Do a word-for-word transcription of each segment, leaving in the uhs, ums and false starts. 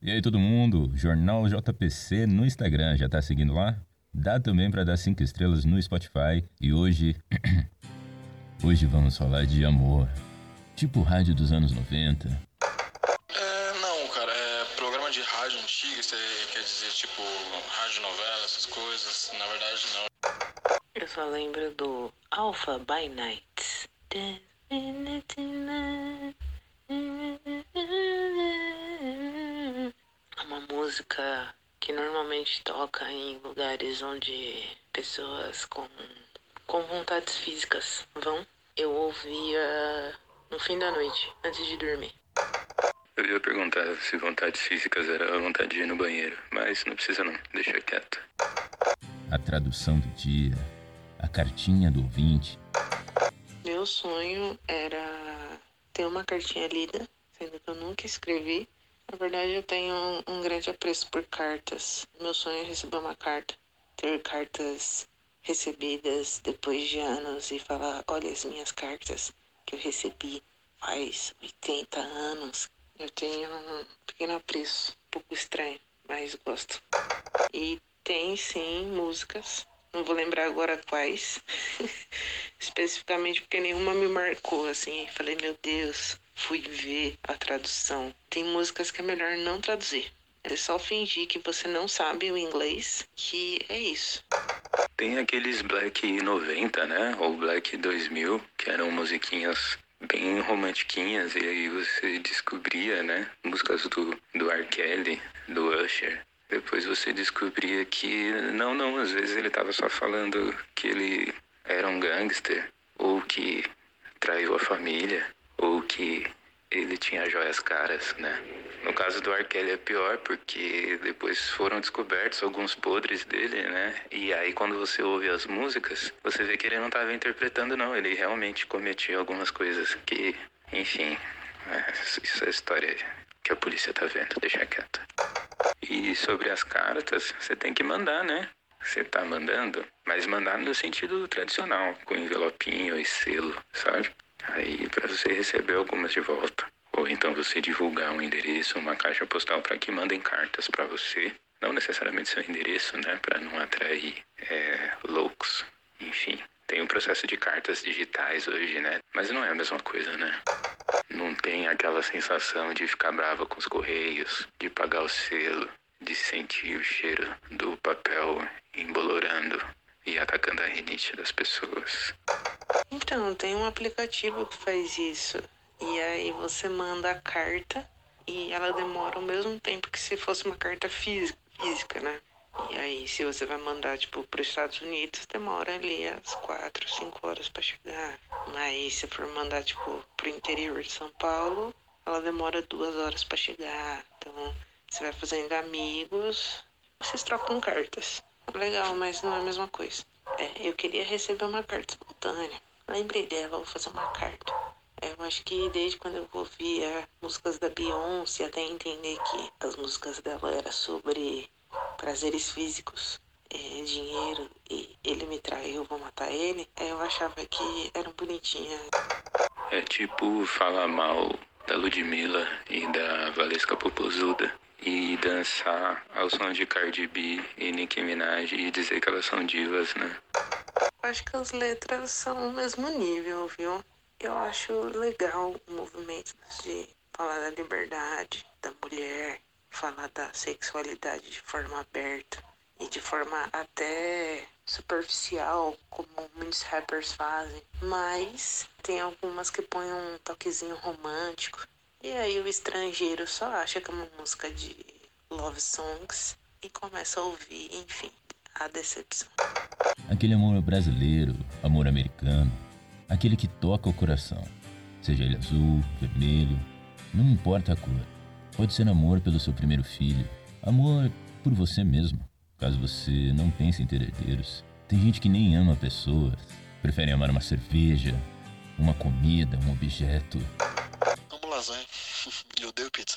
E aí todo mundo, Jornal J P C no Instagram, já tá seguindo lá? Dá também pra dar cinco estrelas no Spotify. E hoje, hoje vamos falar de amor. Tipo rádio dos anos noventa. É, não, cara, é programa de rádio antigo, você quer dizer, tipo, rádio novela, essas coisas. Na verdade, não. Eu só lembro do Alpha by Night. Uma música que normalmente toca em lugares onde pessoas com, com vontades físicas vão. Eu ouvia no fim da noite, antes de dormir. Eu ia perguntar se vontades físicas era a vontade de ir no banheiro, mas não precisa não, deixa quieto. A tradução do dia, a cartinha do ouvinte. Meu sonho era ter uma cartinha lida, sendo que eu nunca escrevi. Na verdade, eu tenho um, um grande apreço por cartas. Meu sonho é receber uma carta, ter cartas recebidas depois de anos e falar, olha as minhas cartas que eu recebi faz oitenta anos. Eu tenho um pequeno apreço, um pouco estranho, mas gosto. E tem sim músicas, não vou lembrar agora quais, especificamente porque nenhuma me marcou assim. Falei, meu Deus, fui ver a tradução. Tem músicas que é melhor não traduzir. É só fingir que você não sabe o inglês, que é isso. Tem aqueles Black noventa, né? Ou Black dois mil, que eram musiquinhas bem romantiquinhas, e aí você descobria, né? Músicas do, do R. Kelly, do Usher. Depois você descobria que, não, não, às vezes ele tava só falando que ele era um gangster, ou que traiu a família, ou que ele tinha joias caras, né? No caso do R. Kelly é pior, porque depois foram descobertos alguns podres dele, né? E aí quando você ouve as músicas, você vê que ele não estava interpretando, não. Ele realmente cometia algumas coisas que, enfim, é, isso é história que a polícia tá vendo, deixa quieto. E sobre as cartas, você tem que mandar, né? Você tá mandando, mas mandar no sentido tradicional, com envelopinho e selo, sabe? Aí pra você receber algumas de volta. Ou então você divulgar um endereço, uma caixa postal para que mandem cartas para você. Não necessariamente seu endereço, né? Para não atrair é, loucos. Enfim, tem um processo de cartas digitais hoje, né? Mas não é a mesma coisa, né? Não tem aquela sensação de ficar brava com os correios, de pagar o selo, de sentir o cheiro do papel embolorando e atacando a rinite das pessoas. Então, tem um aplicativo que faz isso. E aí você manda a carta e ela demora o mesmo tempo que se fosse uma carta física, física, né? E aí, se você vai mandar, tipo, para os Estados Unidos, demora ali as quatro, cinco horas para chegar. Mas se for mandar, tipo, pro interior de São Paulo, ela demora duas horas para chegar. Então, você vai fazendo amigos, vocês trocam cartas. Legal, mas não é a mesma coisa. É, eu queria receber uma carta espontânea. Lembrei dela, vou fazer uma carta. É, eu acho que desde quando eu ouvia músicas da Beyoncé, até entender que as músicas dela eram sobre prazeres físicos, é, dinheiro, e ele me traiu, vou matar ele, é, eu achava que eram bonitinhas. É tipo falar mal da Ludmilla e da Valesca Popozuda e dançar ao som de Cardi B e Nicki Minaj e dizer que elas são divas, né? Eu acho que as letras são o mesmo nível, viu? Eu acho legal o movimento de falar da liberdade da mulher, falar da sexualidade de forma aberta e de forma até superficial, como muitos rappers fazem. Mas tem algumas que põem um toquezinho romântico. E aí o estrangeiro só acha que é uma música de love songs e começa a ouvir, enfim, a decepção. Aquele amor brasileiro, amor americano, aquele que toca o coração. Seja ele azul, vermelho, não importa a cor. Pode ser amor pelo seu primeiro filho, amor por você mesmo, caso você não pense em ter herdeiros. Tem gente que nem ama pessoas, prefere amar uma cerveja, uma comida, um objeto. Amo lasanha. E odeio pizza.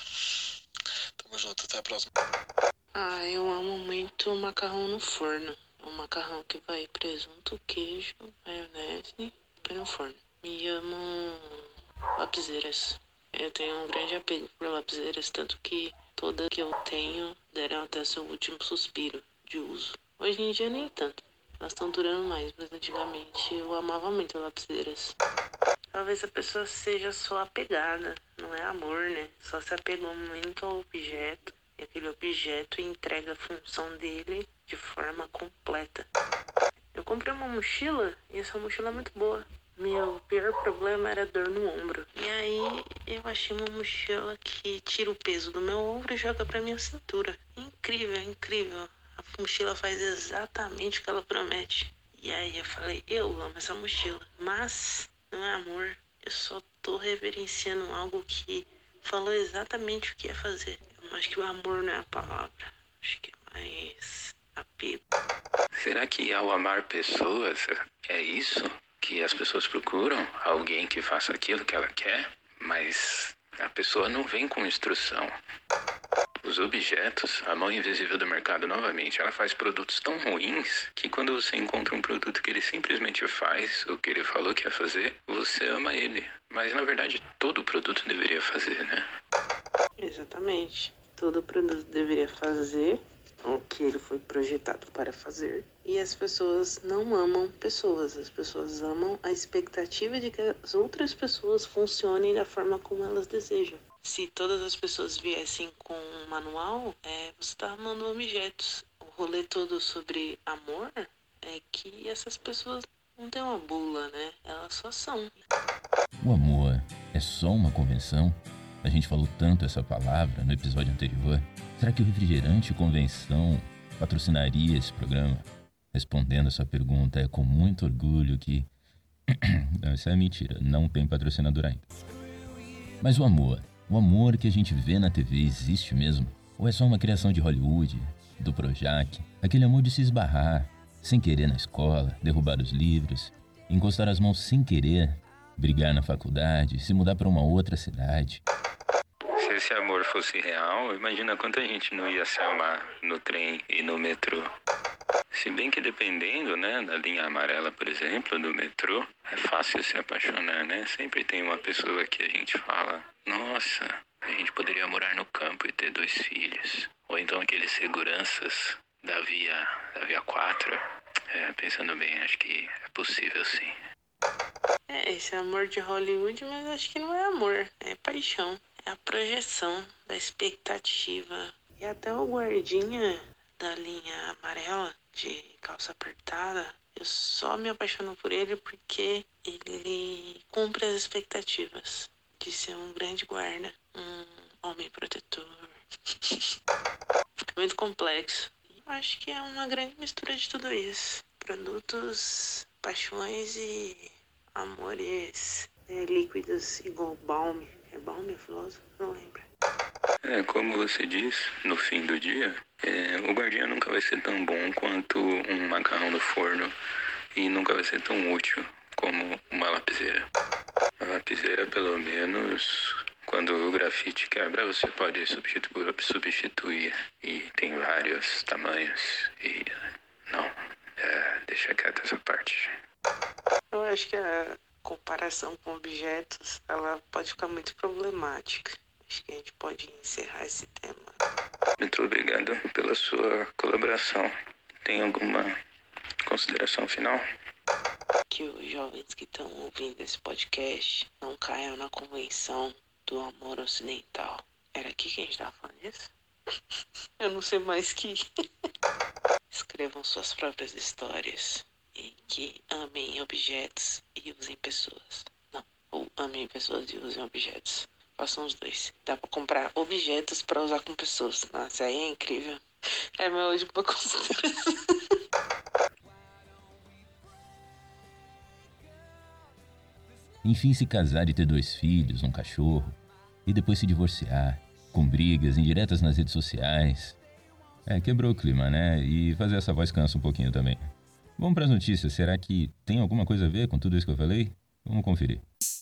Tamo junto, até a próxima. Ah, eu amo muito macarrão no forno. Um macarrão que vai presunto, queijo, maionese e põe no forno. E amo lapiseiras. Eu tenho um grande apego por lapiseiras, tanto que toda que eu tenho deram até seu último suspiro de uso. Hoje em dia nem tanto. Elas estão durando mais, mas antigamente eu amava muito lapiseiras. Talvez a pessoa seja só apegada, não é amor, né? Só se apegou muito ao objeto e aquele objeto entrega a função dele de forma completa. Eu comprei uma mochila e essa mochila é muito boa. Meu pior problema era dor no ombro. E aí eu achei uma mochila que tira o peso do meu ombro e joga pra minha cintura. Incrível, incrível. A mochila faz exatamente o que ela promete. E aí eu falei, eu amo essa mochila. Mas não é amor. Eu só tô reverenciando algo que falou exatamente o que ia fazer. Eu acho que o amor não é a palavra. Acho que é mais apego. Será que ao amar pessoas é isso que as pessoas procuram? Alguém que faça aquilo que ela quer? Mas a pessoa não vem com instrução. Os objetos, a mão invisível do mercado, novamente, ela faz produtos tão ruins que quando você encontra um produto que ele simplesmente faz o que ele falou que ia fazer, você ama ele. Mas na verdade todo produto deveria fazer, né? Exatamente. Todo produto deveria fazer o que ele foi projetado para fazer. E as pessoas não amam pessoas. As pessoas amam a expectativa de que as outras pessoas funcionem da forma como elas desejam. Se todas as pessoas viessem com um manual, é, você está amando objetos. O rolê todo sobre amor é que essas pessoas não têm uma bula, né? Elas só são. O amor é só uma convenção? A gente falou tanto essa palavra no episódio anterior. Será que o Refrigerante Convenção patrocinaria esse programa? Respondendo essa pergunta, é com muito orgulho que... Não, isso é mentira, não tem patrocinador ainda. Mas o amor, o amor que a gente vê na T V existe mesmo? Ou é só uma criação de Hollywood, do Projac? Aquele amor de se esbarrar, sem querer na escola, derrubar os livros, encostar as mãos sem querer, brigar na faculdade, se mudar para uma outra cidade. Se esse amor fosse real, imagina quanta gente não ia se amar no trem e no metrô. Se bem que dependendo, né, da linha amarela, por exemplo, do metrô, é fácil se apaixonar, né? Sempre tem uma pessoa que a gente fala, nossa, a gente poderia morar no campo e ter dois filhos. Ou então aqueles seguranças da via, da via quatro. É, pensando bem, acho que é possível sim. É, esse é amor de Hollywood, mas acho que não é amor, é paixão. É a projeção da expectativa. E até o guardinha da linha amarela, de calça apertada, eu só me apaixono por ele porque ele cumpre as expectativas de ser um grande guarda, um homem protetor. Fica muito complexo. Eu acho que é uma grande mistura de tudo isso. Produtos, paixões e amores é, líquidos igual balme. É balme, filósofo? Não lembro. É, como você diz, no fim do dia, é, o guardinha nunca vai ser tão bom quanto um macarrão no forno e nunca vai ser tão útil como uma lapiseira. A lapiseira, pelo menos, quando o grafite quebra, você pode substituir, substituir e tem vários tamanhos e... não, é, deixa quieto essa parte. Eu acho que a comparação com objetos, ela pode ficar muito problemática. Acho que a gente pode encerrar esse tema. Muito obrigado pela sua colaboração. Tem alguma consideração final? Que os jovens que estão ouvindo esse podcast não caiam na convenção do amor ocidental. Era aqui que a gente estava falando disso? Eu não sei mais que. Escrevam suas próprias histórias e que amem objetos e usem pessoas. Não, ou amem pessoas e usem objetos. Façam os dois. Dá pra comprar objetos pra usar com pessoas. Nossa, aí é incrível. É meu última consideração. Enfim, se casar e ter dois filhos, um cachorro, e depois se divorciar, com brigas, indiretas nas redes sociais. É, quebrou o clima, né? E fazer essa voz cansa um pouquinho também. Vamos para as notícias. Será que tem alguma coisa a ver com tudo isso que eu falei? Vamos conferir.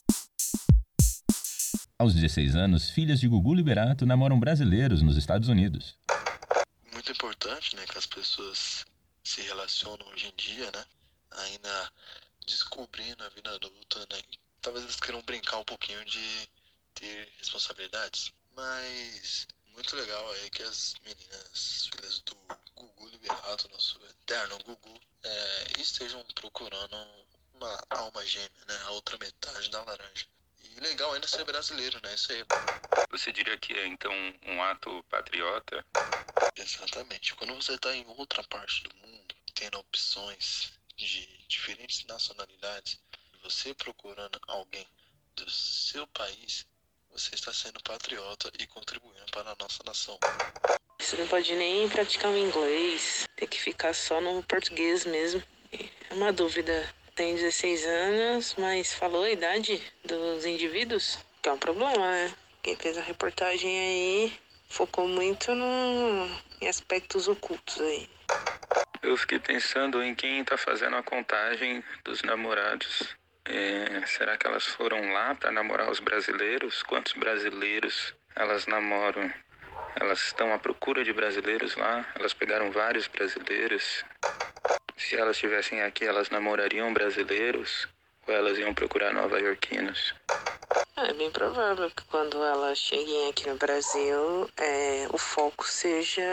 Aos dezesseis anos, filhas de Gugu Liberato namoram brasileiros nos Estados Unidos. Muito importante, né, que as pessoas se relacionam hoje em dia, né, ainda descobrindo a vida adulta, né, talvez eles queiram brincar um pouquinho de ter responsabilidades, mas Muito legal aí que as meninas, filhas do Gugu Liberato, nosso eterno Gugu, é, estejam procurando uma alma gêmea, né? A outra metade da laranja. E legal ainda ser brasileiro, né? Isso aí. Você diria que é, então, um ato patriota? Exatamente. Quando você está em outra parte do mundo, tendo opções de diferentes nacionalidades, você procurando alguém do seu país, você está sendo patriota e contribuindo para a nossa nação. Você não pode nem praticar o inglês, tem que ficar só no português mesmo. É uma dúvida. Tem dezesseis anos, mas falou a idade dos indivíduos? Que é um problema, né? Quem fez a reportagem aí focou muito no... em aspectos ocultos aí. Eu fiquei pensando em quem tá fazendo a contagem dos namorados. É, será que elas foram lá para namorar os brasileiros? Quantos brasileiros elas namoram? Elas estão à procura de brasileiros lá? Elas pegaram vários brasileiros? Se elas estivessem aqui, elas namorariam brasileiros? Ou elas iam procurar nova-iorquinos? É bem provável que quando elas cheguem aqui no Brasil, é, o foco seja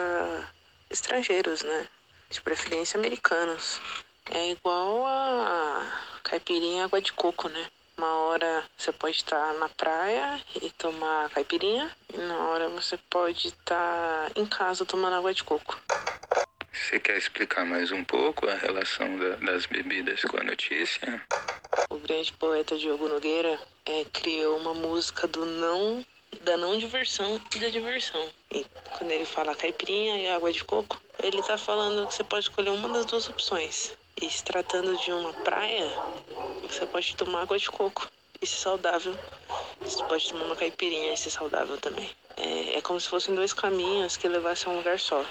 estrangeiros, né? De preferência americanos. É igual a caipirinha e água de coco, né? Uma hora você pode estar na praia e tomar caipirinha, e na hora você pode estar em casa tomando água de coco. Você quer explicar mais um pouco a relação da, das bebidas com a notícia? O grande poeta Diogo Nogueira é, criou uma música do não, da não diversão e da diversão. E quando ele fala caipirinha e água de coco, ele tá falando que você pode escolher uma das duas opções. E se tratando de uma praia, você pode tomar água de coco e ser saudável. Você pode tomar uma caipirinha e ser saudável também. É, é como se fossem dois caminhos que levassem a um lugar só.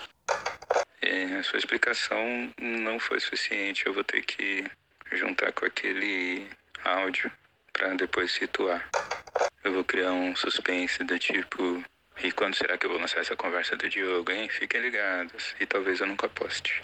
É, a sua explicação não foi suficiente. Eu vou ter que juntar com aquele áudio para depois situar. Eu vou criar um suspense do tipo... E quando será que eu vou lançar essa conversa do Diogo, hein? Fiquem ligados. E talvez eu nunca poste.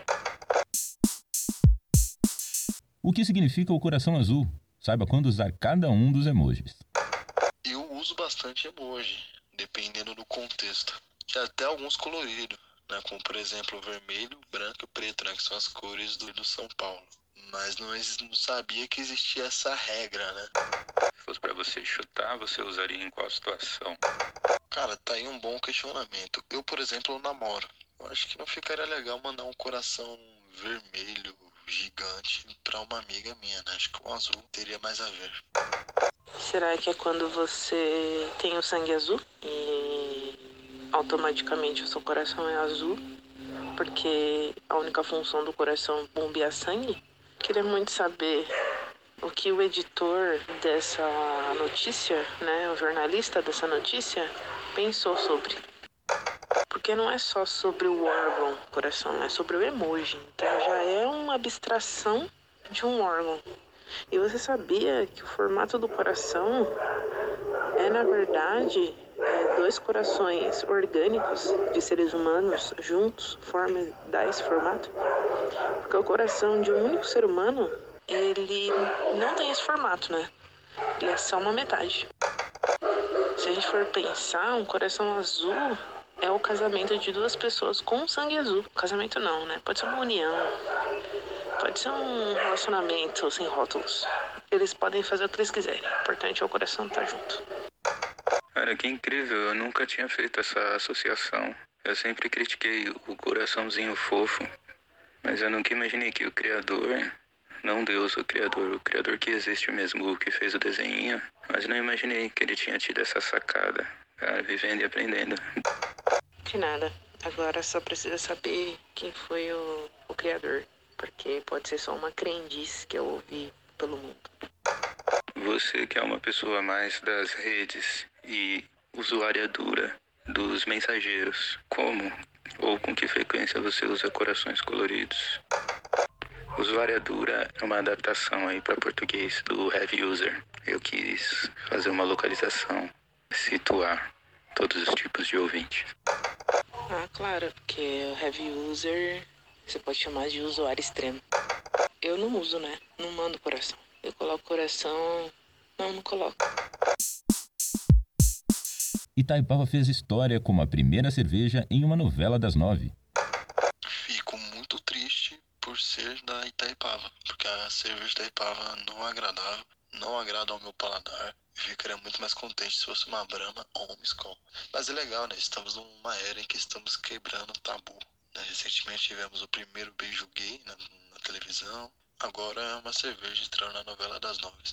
O que significa o coração azul? Saiba quando usar cada um dos emojis. Eu uso bastante emoji, dependendo do contexto. E até alguns coloridos, né? Como por exemplo vermelho, branco e preto, né? Que são as cores do, do São Paulo. Mas não, não sabia que existia essa regra, né? Se fosse pra você chutar, você usaria em qual situação? Cara, tá aí um bom questionamento. Eu, por exemplo, namoro. Eu acho que não ficaria legal mandar um coração vermelho gigante pra uma amiga minha, né? Acho que o azul teria mais a ver. Será que é quando você tem o sangue azul e automaticamente o seu coração é azul? Porque a única função do coração é bombear sangue? Queria muito saber o que o editor dessa notícia, né, o jornalista dessa notícia, pensou sobre. Porque não é só sobre o órgão coração, é sobre o emoji. Então já é uma abstração de um órgão. E você sabia que o formato do coração é, na verdade, é, dois corações orgânicos de seres humanos juntos formam dá esse formato? Porque o coração de um único ser humano, ele não tem esse formato, né? Ele é só uma metade. Se a gente for pensar, um coração azul é o casamento de duas pessoas com sangue azul. Casamento não, né? Pode ser uma união. Pode ser um relacionamento sem rótulos. Eles podem fazer o que eles quiserem. O importante é o coração estar junto. Cara, que incrível. Eu nunca tinha feito essa associação. Eu sempre critiquei o coraçãozinho fofo. Mas eu nunca imaginei que o criador... Não Deus, o criador. O criador que existe mesmo, o que fez o desenho. Mas não imaginei que ele tinha tido essa sacada. Cara, vivendo e aprendendo. De nada. Agora só precisa saber quem foi o, o criador. Porque pode ser só uma crendice que eu ouvi pelo mundo. Você que é uma pessoa mais das redes e usuária dura dos mensageiros, como ou com que frequência você usa corações coloridos? Usuária dura é uma adaptação aí para português do heavy user. Eu quis fazer uma localização, situar todos os tipos de ouvintes. Ah, claro, porque o heavy user você pode chamar de usuário extremo. Eu não uso, né? Não mando coração. Eu coloco coração... Não, não coloco. Itaipava fez história como a primeira cerveja em uma novela das nove. Fico muito triste por ser da Itaipava, porque a cerveja da Itaipava não é agradável, não agrada ao meu paladar. Eu ficaria muito mais contente se fosse uma Brahma ou uma Skol. Mas é legal, né? Estamos numa era em que estamos quebrando o tabu. Né? Recentemente tivemos o primeiro beijo gay na, na televisão. Agora é uma cerveja entrando na novela das nove.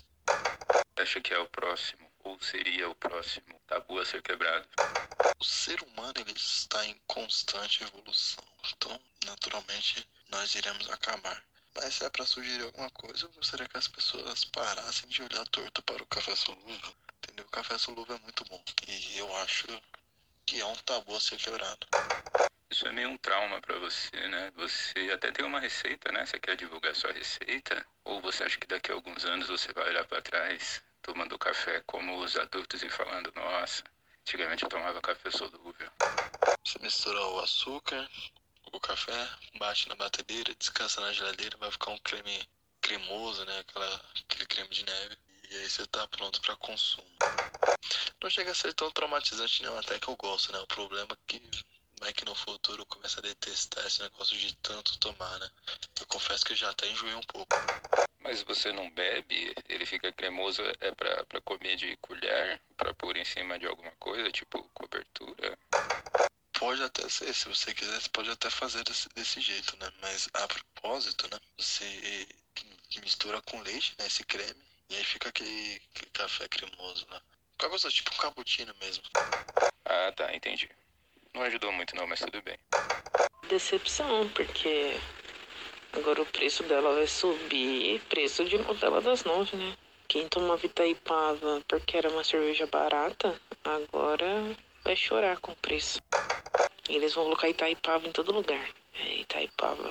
Acha que é o próximo, ou seria o próximo tabu a ser quebrado? O ser humano ele está em constante evolução. Então, naturalmente, nós iremos acabar. Mas se é para sugerir alguma coisa, eu gostaria que as pessoas parassem de olhar torto para o café solúvel. Entendeu? O café solúvel é muito bom. E eu acho que é um tabu a ser quebrado. Isso é meio um trauma pra você, né? Você até tem uma receita, né? Você quer divulgar sua receita? Ou você acha que daqui a alguns anos você vai olhar pra trás, tomando café como os adultos e falando, nossa, antigamente eu tomava café solúvel. Você mistura o açúcar, o café, bate na batedeira, descansa na geladeira, vai ficar um creme cremoso, né? Aquela, aquele creme de neve. E aí você tá pronto pra consumo. Não chega a ser tão traumatizante não, até que eu gosto, né? O problema é que vai que no futuro eu começo a detestar esse negócio de tanto tomar, né? Eu confesso que eu já até enjoei um pouco. Mas você não bebe? Ele fica cremoso, é pra, pra comer de colher, pra pôr em cima de alguma coisa, tipo cobertura? Pode até ser, se você quiser, você pode até fazer desse, desse jeito, né? Mas a propósito, né? Você mistura com leite, né? Esse creme, e aí fica aquele, aquele café cremoso, né? Fica gostoso, tipo um cappuccino mesmo. Ah, tá, entendi. Não ajudou muito não, mas tudo bem. Decepção, porque agora o preço dela vai subir, preço de novela das nove, né? Quem tomava Itaipava porque era uma cerveja barata, agora vai chorar com o preço. Eles vão colocar Itaipava em todo lugar. É, Itaipava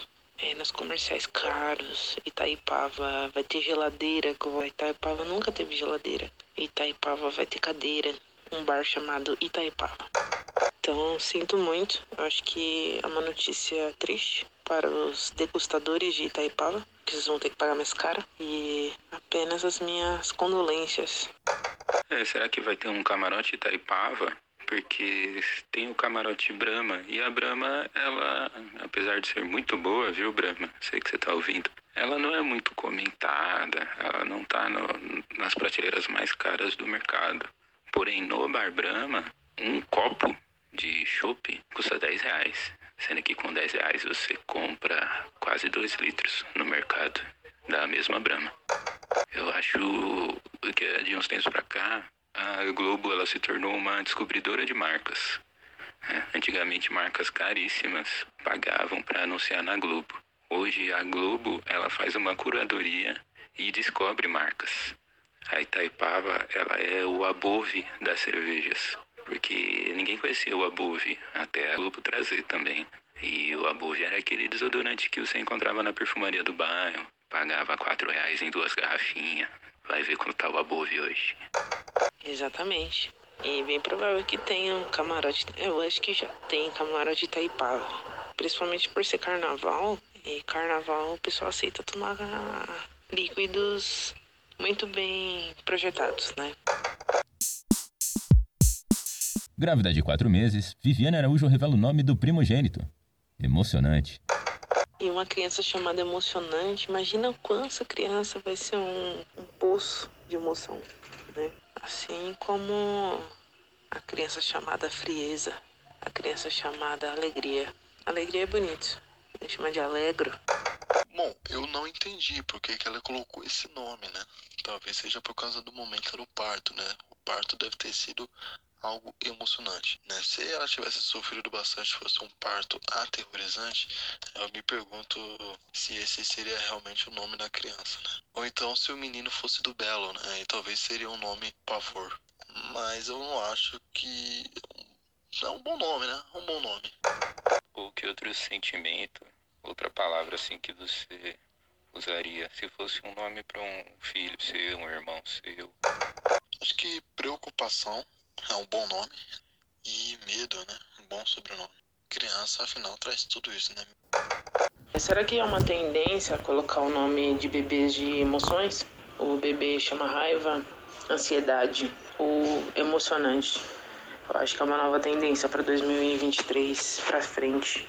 é, nos comerciais caros, Itaipava vai ter geladeira, Itaipava nunca teve geladeira. Itaipava vai ter cadeira, um bar chamado Itaipava. Então, sinto muito. Eu acho que é uma notícia triste para os degustadores de Itaipava, que vocês vão ter que pagar mais caro. E apenas as minhas condolências. É, será que vai ter um camarote Itaipava? Porque tem o camarote Brahma. E a Brahma, ela, apesar de ser muito boa, viu, Brahma? Sei que você tá ouvindo. Ela não é muito comentada. Ela não tá no, nas prateleiras mais caras do mercado. Porém, no Bar Brahma, um copo de chopp custa dez reais, sendo que com dez reais você compra quase dois litros no mercado da mesma Brahma. Eu acho que de uns tempos pra cá, a Globo ela se tornou uma descobridora de marcas. É, antigamente marcas caríssimas pagavam para anunciar na Globo. Hoje a Globo ela faz uma curadoria e descobre marcas. A Itaipava ela é o Above das cervejas. Porque ninguém conhecia o Above, até a Globo trazer também. E o Above era aquele desodorante que você encontrava na perfumaria do bairro. Pagava quatro reais em duas garrafinhas. Vai ver quanto tá o Above hoje. Exatamente. E bem provável que tenha um camarote. Eu acho que já tem camarote Itaipava. Principalmente por ser carnaval. E carnaval o pessoal aceita tomar líquidos muito bem projetados, né? Grávida de quatro meses, Viviane Araújo revela o nome do primogênito. Emocionante. E uma criança chamada Emocionante, imagina o quanto essa criança vai ser um, um poço de emoção, né? Assim como a criança chamada Frieza, a criança chamada Alegria. Alegria é bonito, a gente chama de Alegro. Bom, eu não entendi por que, que ela colocou esse nome, né? Talvez seja por causa do momento do parto, né? O parto deve ter sido algo emocionante, né? Se ela tivesse sofrido bastante, fosse um parto aterrorizante, eu me pergunto se esse seria realmente o nome da criança, né? Ou então se o menino fosse do Belo, né? E talvez seria um nome Pavor. Mas eu não acho que... é um bom nome, né? Um bom nome. Ou que outro sentimento, outra palavra assim que você usaria se fosse um nome para um filho seu, um irmão seu? Acho que preocupação é um bom nome. E medo, né? Um bom sobrenome. Criança, afinal, traz tudo isso, né? Será que é uma tendência a colocar o nome de bebês de emoções? O bebê chama raiva, ansiedade ou emocionante. Eu acho que é uma nova tendência para dois mil e vinte e três para frente.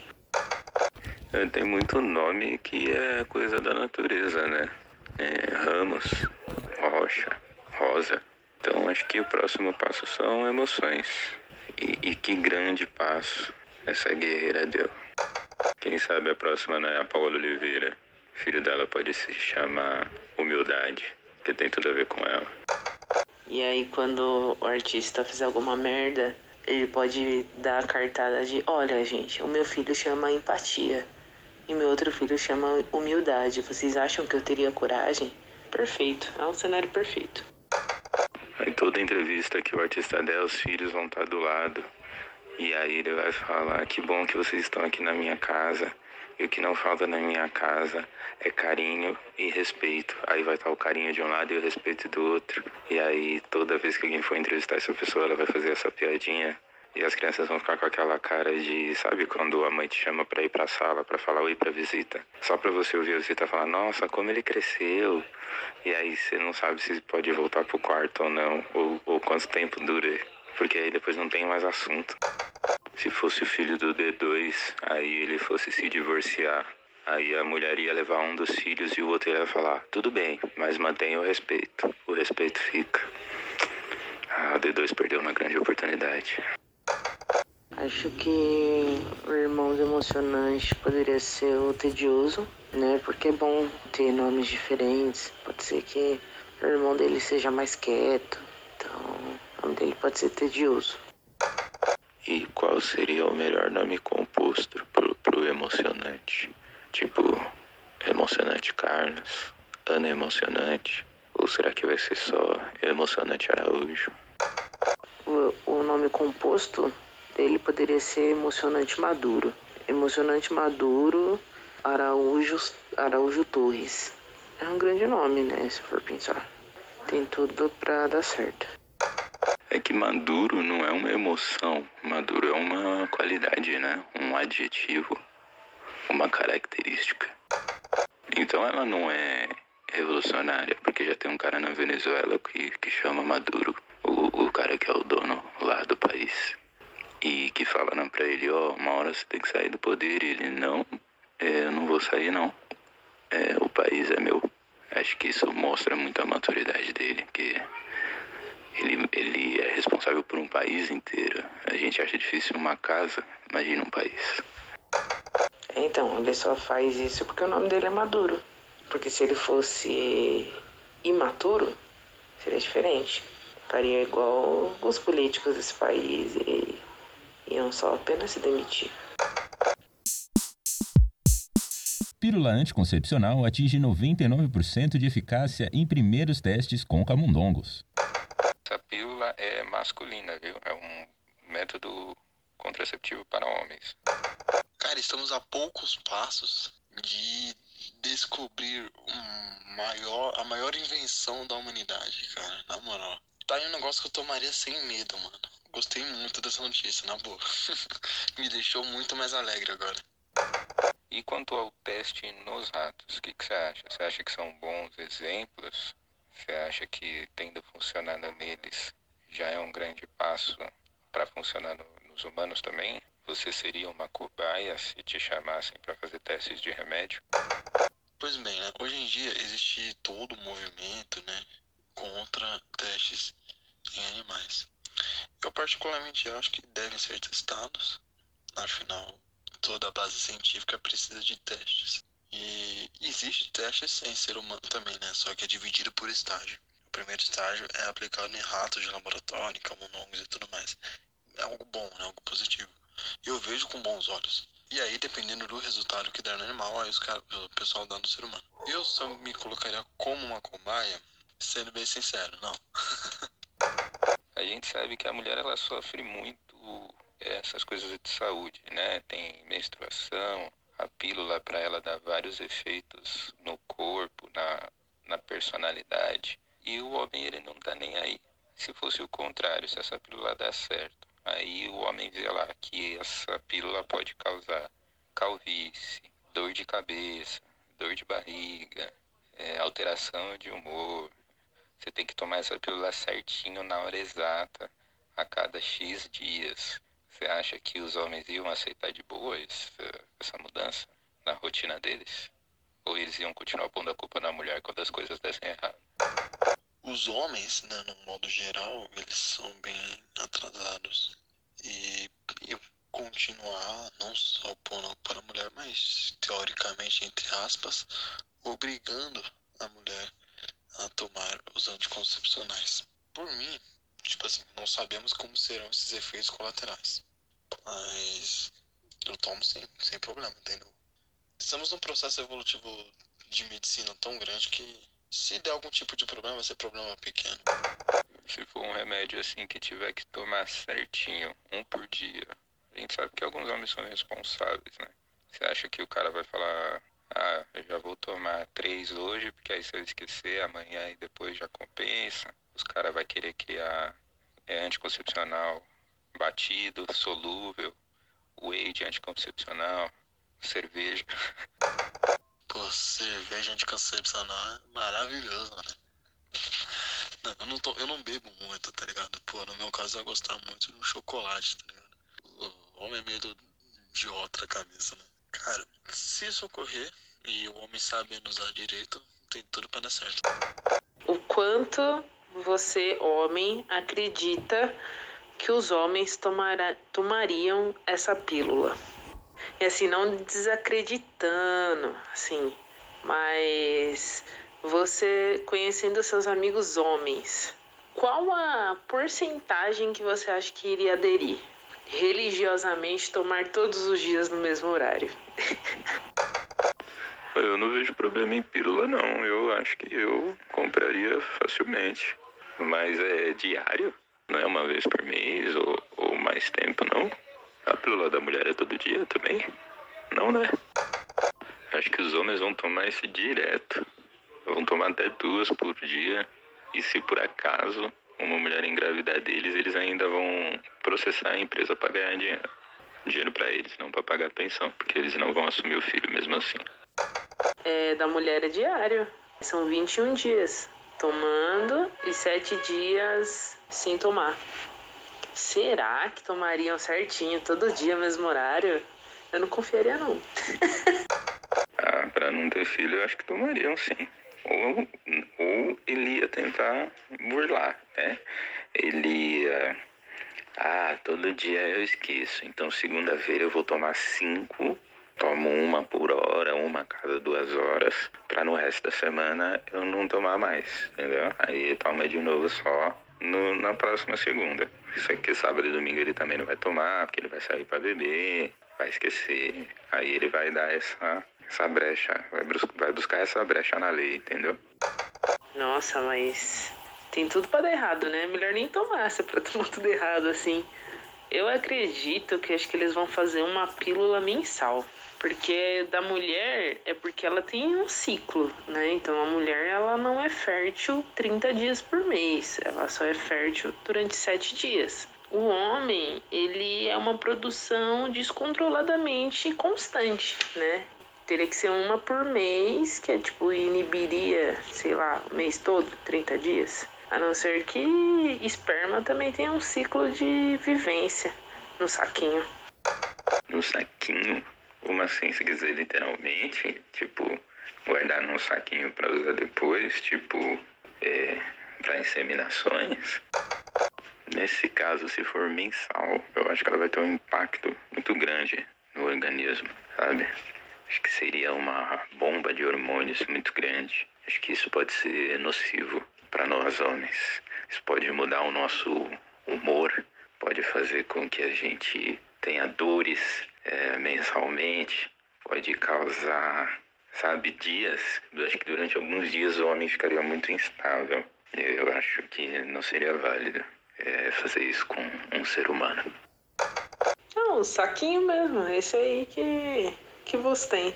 É, tem muito nome que é coisa da natureza, né? É, ramos, rocha, rosa. Então acho que o próximo passo são emoções. E, e que grande passo essa guerreira deu. Quem sabe a próxima não é a Paola Oliveira. Filho dela pode se chamar Humildade, que tem tudo a ver com ela. E aí quando o artista fizer alguma merda, ele pode dar a cartada de: olha, gente, o meu filho chama Empatia e meu outro filho chama Humildade. Vocês acham que eu teria coragem? Perfeito, é um cenário perfeito. Em toda entrevista que o artista der, os filhos vão estar do lado. E aí ele vai falar: que bom que vocês estão aqui na minha casa. E o que não falta na minha casa é carinho e respeito. Aí vai estar o carinho de um lado e o respeito do outro. E aí toda vez que alguém for entrevistar essa pessoa, ela vai fazer essa piadinha. E as crianças vão ficar com aquela cara de... Sabe quando a mãe te chama pra ir pra sala, pra falar oi pra visita? Só pra você ouvir a visita falar: nossa, como ele cresceu. E aí você não sabe se pode voltar pro quarto ou não. Ou, ou quanto tempo dura. Porque aí depois não tem mais assunto. Se fosse o filho do D dois, aí ele fosse se divorciar. Aí a mulher ia levar um dos filhos e o outro ia falar: tudo bem, mas mantenha o respeito. O respeito fica. Ah, o D dois perdeu uma grande oportunidade. Acho que o Irmãos Emocionante poderia ser o Tedioso, né? Porque é bom ter nomes diferentes. Pode ser que o irmão dele seja mais quieto. Então, o nome dele pode ser Tedioso. E qual seria o melhor nome composto pro, pro Emocionante? Tipo, Emocionante Carlos, Ana Emocionante, ou será que vai ser só Emocionante Araújo? O, o nome composto dele poderia ser Emocionante Maduro. Emocionante Maduro Araújo, Araújo Torres. É um grande nome, né, se for pensar. Tem tudo pra dar certo. É que maduro não é uma emoção, maduro é uma qualidade, né? Um adjetivo, uma característica. Então ela não é revolucionária, porque já tem um cara na Venezuela que, que chama Maduro, o, o cara que é o dono lá do país. E que fala não, pra ele: ó, oh, uma hora você tem que sair do poder. E ele: não, é, eu não vou sair não, é, o país é meu. Acho que isso mostra muito a maturidade dele, porque... Ele, ele é responsável por um país inteiro. A gente acha difícil uma casa, imagina um país. Então, ele só faz isso porque o nome dele é Maduro. Porque se ele fosse imaturo, seria diferente. Faria igual os políticos desse país e iam só apenas se demitir. Pílula anticoncepcional atinge noventa e nove por cento de eficácia em primeiros testes com camundongos. Essa pílula é masculina, viu? É um método contraceptivo para homens. Cara, estamos a poucos passos de descobrir um maior, a maior invenção da humanidade, cara, na moral. Tá aí um negócio que eu tomaria sem medo, mano. Gostei muito dessa notícia, na boa. Me deixou muito mais alegre agora. E quanto ao teste nos ratos, o que, que você acha? Você acha que são bons exemplos? Você acha que tendo funcionado neles já é um grande passo para funcionar no, nos humanos também? Você seria uma cobaia se te chamassem para fazer testes de remédio? Pois bem, né? Hoje em dia existe todo um movimento, né, contra testes em animais. Eu particularmente acho que devem ser testados. Afinal, toda a base científica precisa de testes. E existe testes em ser humano também, né? Só que é dividido por estágio. O primeiro estágio é aplicado em ratos de laboratório, camundongos e tudo mais. É algo bom, né? Algo positivo. E eu vejo com bons olhos. E aí, dependendo do resultado que der no animal, aí os cara, o pessoal dá no ser humano. Eu só me colocaria como uma cobaia, sendo bem sincero, não. A gente sabe que a mulher ela sofre muito essas coisas de saúde, né? Tem menstruação, a pílula para ela dá vários efeitos no corpo, na, na personalidade. E o homem ele não tá nem aí. Se fosse o contrário, se essa pílula dá certo, aí o homem vê lá que essa pílula pode causar calvície, dor de cabeça, dor de barriga, é, alteração de humor. Você tem que tomar essa pílula certinho na hora exata. a cada X dias. Você acha que os homens iam aceitar de boa essa, essa mudança na rotina deles? Ou eles iam continuar pondo a culpa na mulher quando as coisas dessem errado? Os homens, né, no modo geral, eles são bem atrasados. E, e continuar não só pondo a culpa na mulher, mas teoricamente, entre aspas, obrigando a mulher a tomar os anticoncepcionais. Por mim, tipo assim, não sabemos como serão esses efeitos colaterais. Mas eu tomo sem, sem problema, entendeu? Estamos num processo evolutivo de medicina tão grande que se der algum tipo de problema, vai ser problema pequeno. Se for um remédio assim que tiver que tomar certinho, um por dia, a gente sabe que alguns homens são responsáveis, né? Você acha que o cara vai falar, ah, eu já vou tomar três hoje, porque aí se eu esquecer, amanhã e depois já compensa? Os caras vão querer criar é, anticoncepcional batido, solúvel, whey de anticoncepcional, cerveja. Pô, cerveja anticoncepcional é maravilhoso, né? Não, eu, não tô, eu não bebo muito, tá ligado? Pô, no meu caso eu ia gostar muito de um chocolate, tá ligado? O homem é meio do, de outra cabeça, né? Cara, se isso ocorrer e o homem sabe usar direito, tem tudo pra dar certo. O quanto você, homem, acredita que os homens tomara, tomariam essa pílula? E assim, não desacreditando, assim, mas você conhecendo seus amigos homens, qual a porcentagem que você acha que iria aderir? Religiosamente, tomar todos os dias no mesmo horário. Eu não vejo problema em pílula, não. Eu acho que eu compraria facilmente. Mas é diário? Não é uma vez por mês ou, ou mais tempo, não? A pílula da mulher é todo dia também? Não, né? Acho que os homens vão tomar esse direto. Vão tomar até duas por dia. E se por acaso uma mulher engravidar deles, eles ainda vão processar a empresa para ganhar dinheiro. Dinheiro para eles, não para pagar a pensão. Porque eles não vão assumir o filho mesmo assim. É, da mulher é diário. São vinte e um dias tomando e sete dias sem tomar. Será que tomariam certinho todo dia, mesmo horário? Eu não confiaria, não. Ah, pra não ter filho, eu acho que tomariam, sim. Ou, ou ele ia tentar burlar, né? Ele ia... Ah, todo dia eu esqueço. Então, segunda-feira eu vou tomar cinco. Tomo uma por hora, uma a cada duas horas. Pra no resto da semana eu não tomar mais, entendeu? Aí toma de novo só no, na próxima segunda. Isso aqui sábado e domingo ele também não vai tomar, porque ele vai sair pra beber, vai esquecer. Aí ele vai dar essa, essa brecha, vai, bus- vai buscar essa brecha na lei, entendeu? Nossa, mas tem tudo pra dar errado, né? Melhor nem tomar, se é pra tomar tudo errado assim. Eu acredito que acho que eles vão fazer uma pílula mensal. Porque da mulher é porque ela tem um ciclo, né? Então a mulher ela não é fértil trinta dias por mês. Ela só é fértil durante sete dias. O homem, ele é uma produção descontroladamente constante, né? Teria que ser uma por mês, que é tipo, inibiria, sei lá, o mês todo, trinta dias. A não ser que esperma também tenha um ciclo de vivência no saquinho. No saquinho? Como assim, se quiser literalmente? Tipo, guardar num saquinho pra usar depois? Tipo, é, pra inseminações? Nesse caso, se for mensal, eu acho que ela vai ter um impacto muito grande no organismo, sabe? Acho que seria uma bomba de hormônios muito grande. Acho que isso pode ser nocivo para nós homens. Isso pode mudar o nosso humor, pode fazer com que a gente tenha dores é, mensalmente, pode causar, sabe, dias. Eu acho que durante alguns dias o homem ficaria muito instável. Eu acho que não seria válido é, fazer isso com um ser humano. Não, o saquinho mesmo, esse aí que, que você tem.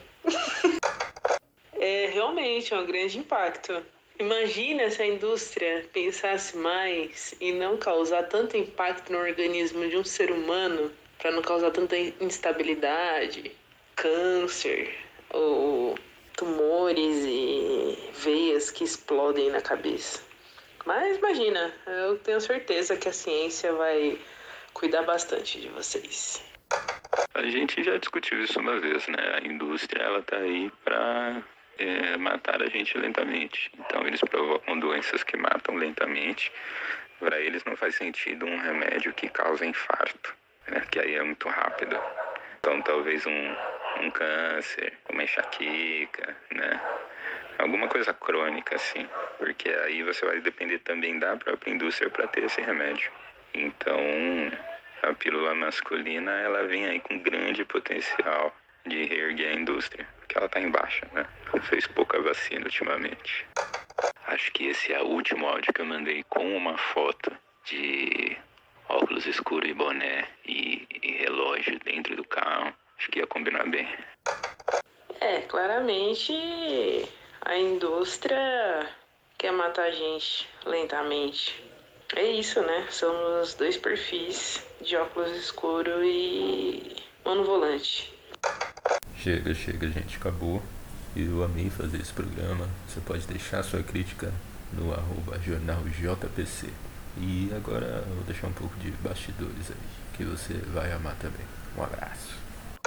É realmente é um grande impacto. Imagina se a indústria pensasse mais em não causar tanto impacto no organismo de um ser humano, para não causar tanta instabilidade, câncer ou tumores e veias que explodem na cabeça. Mas imagina, eu tenho certeza que a ciência vai cuidar bastante de vocês. A gente já discutiu isso uma vez, né? A indústria, ela tá aí pra é, matar a gente lentamente. Então, eles provocam doenças que matam lentamente. Para eles não faz sentido um remédio que causa infarto, né? Que aí é muito rápido. Então, talvez um, um câncer, uma enxaqueca, né? Alguma coisa crônica, assim. Porque aí você vai depender também da própria indústria para ter esse remédio. Então, a pílula masculina, ela vem aí com grande potencial de reerguer a indústria. Porque ela tá em baixa, né? Fez pouca vacina ultimamente. Acho que esse é o último áudio que eu mandei com uma foto de óculos escuros e boné e, e relógio dentro do carro. Acho que ia combinar bem. É, claramente a indústria quer matar a gente lentamente. É isso, né? São os dois perfis de óculos escuro e mano volante. Chega, chega, gente, acabou. Eu amei fazer esse programa. Você pode deixar sua crítica no arroba jornal J P C. E agora eu vou deixar um pouco de bastidores aí, que você vai amar também. Um abraço.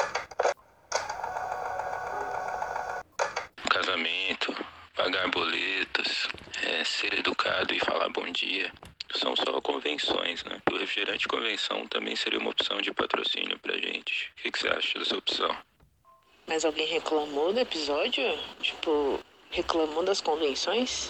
Casamento, pagar boletos, é, ser educado e falar bom dia. São só convenções, né? O refrigerante convenção também seria uma opção de patrocínio pra gente. O que, que você acha dessa opção? Mas alguém reclamou do episódio? Tipo, reclamou das convenções?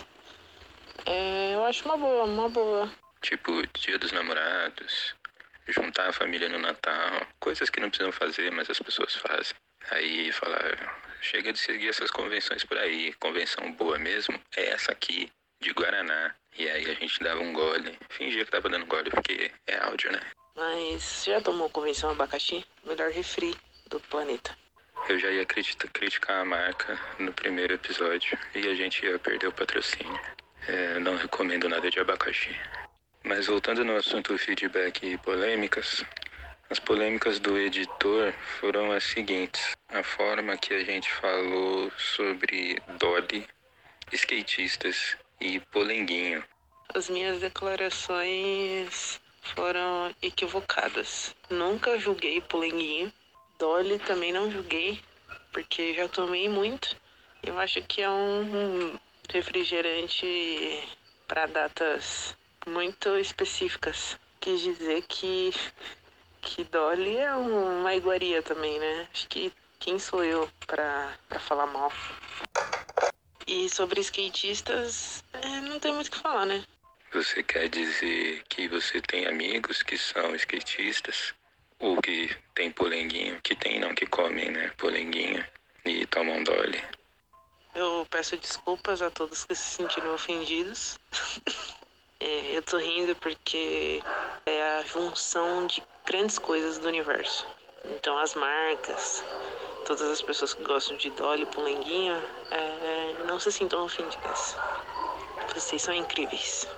É, eu acho uma boa, uma boa. Tipo, dia dos namorados, juntar a família no Natal, coisas que não precisam fazer, mas as pessoas fazem. Aí falar, chega de seguir essas convenções por aí, convenção boa mesmo é essa aqui, de Guaraná. E aí a gente dava um gole, fingia que tava dando gole porque é áudio, né? Mas já tomou convenção abacaxi? Melhor refri do planeta. Eu já ia criticar, criticar a marca no primeiro episódio e a gente ia perder o patrocínio. É, não recomendo nada de abacaxi. Mas voltando no assunto feedback e polêmicas, as polêmicas do editor foram as seguintes. A forma que a gente falou sobre Dolly, skatistas e polenguinho. As minhas declarações foram equivocadas. Nunca julguei polenguinho. Dolly também não julguei, porque já tomei muito. Eu acho que é um refrigerante para datas muito específicas. Quis dizer que, que Dolly é uma iguaria também, né? Acho que quem sou eu para para falar mal? E sobre skatistas, é, não tem muito o que falar, né? Você quer dizer que você tem amigos que são skatistas? Ou que tem polenguinho? Que tem não, que comem, né? Polenguinho e tomam Dolly. Eu peço desculpas a todos que se sentiram ofendidos. É, eu tô rindo porque é a junção de grandes coisas do universo. Então as marcas, todas as pessoas que gostam de Dolly, polenguinho, é, não se sintam ofendidas. Vocês são incríveis.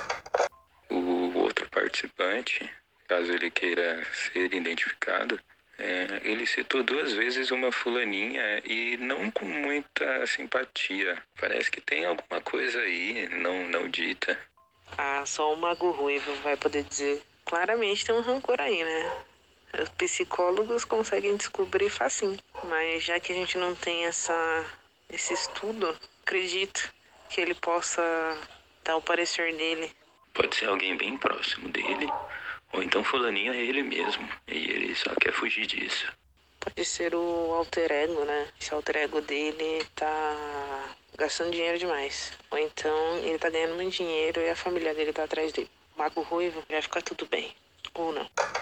O outro participante, caso ele queira ser identificado, é, ele citou duas vezes uma fulaninha e não com muita simpatia. Parece que tem alguma coisa aí não, não dita. Ah, só o Mago Ruivo vai poder dizer. Claramente tem um rancor aí, né? Os psicólogos conseguem descobrir facinho. Mas já que a gente não tem essa, esse estudo, acredito que ele possa dar o parecer dele. Pode ser alguém bem próximo dele, ou então fulaninho é ele mesmo, e ele só quer fugir disso. Pode ser o alter ego, né? Esse alter ego dele tá gastando dinheiro demais. Ou então ele tá ganhando muito dinheiro e a família dele tá atrás dele. Mago Ruivo, vai ficar tudo bem. Ou não.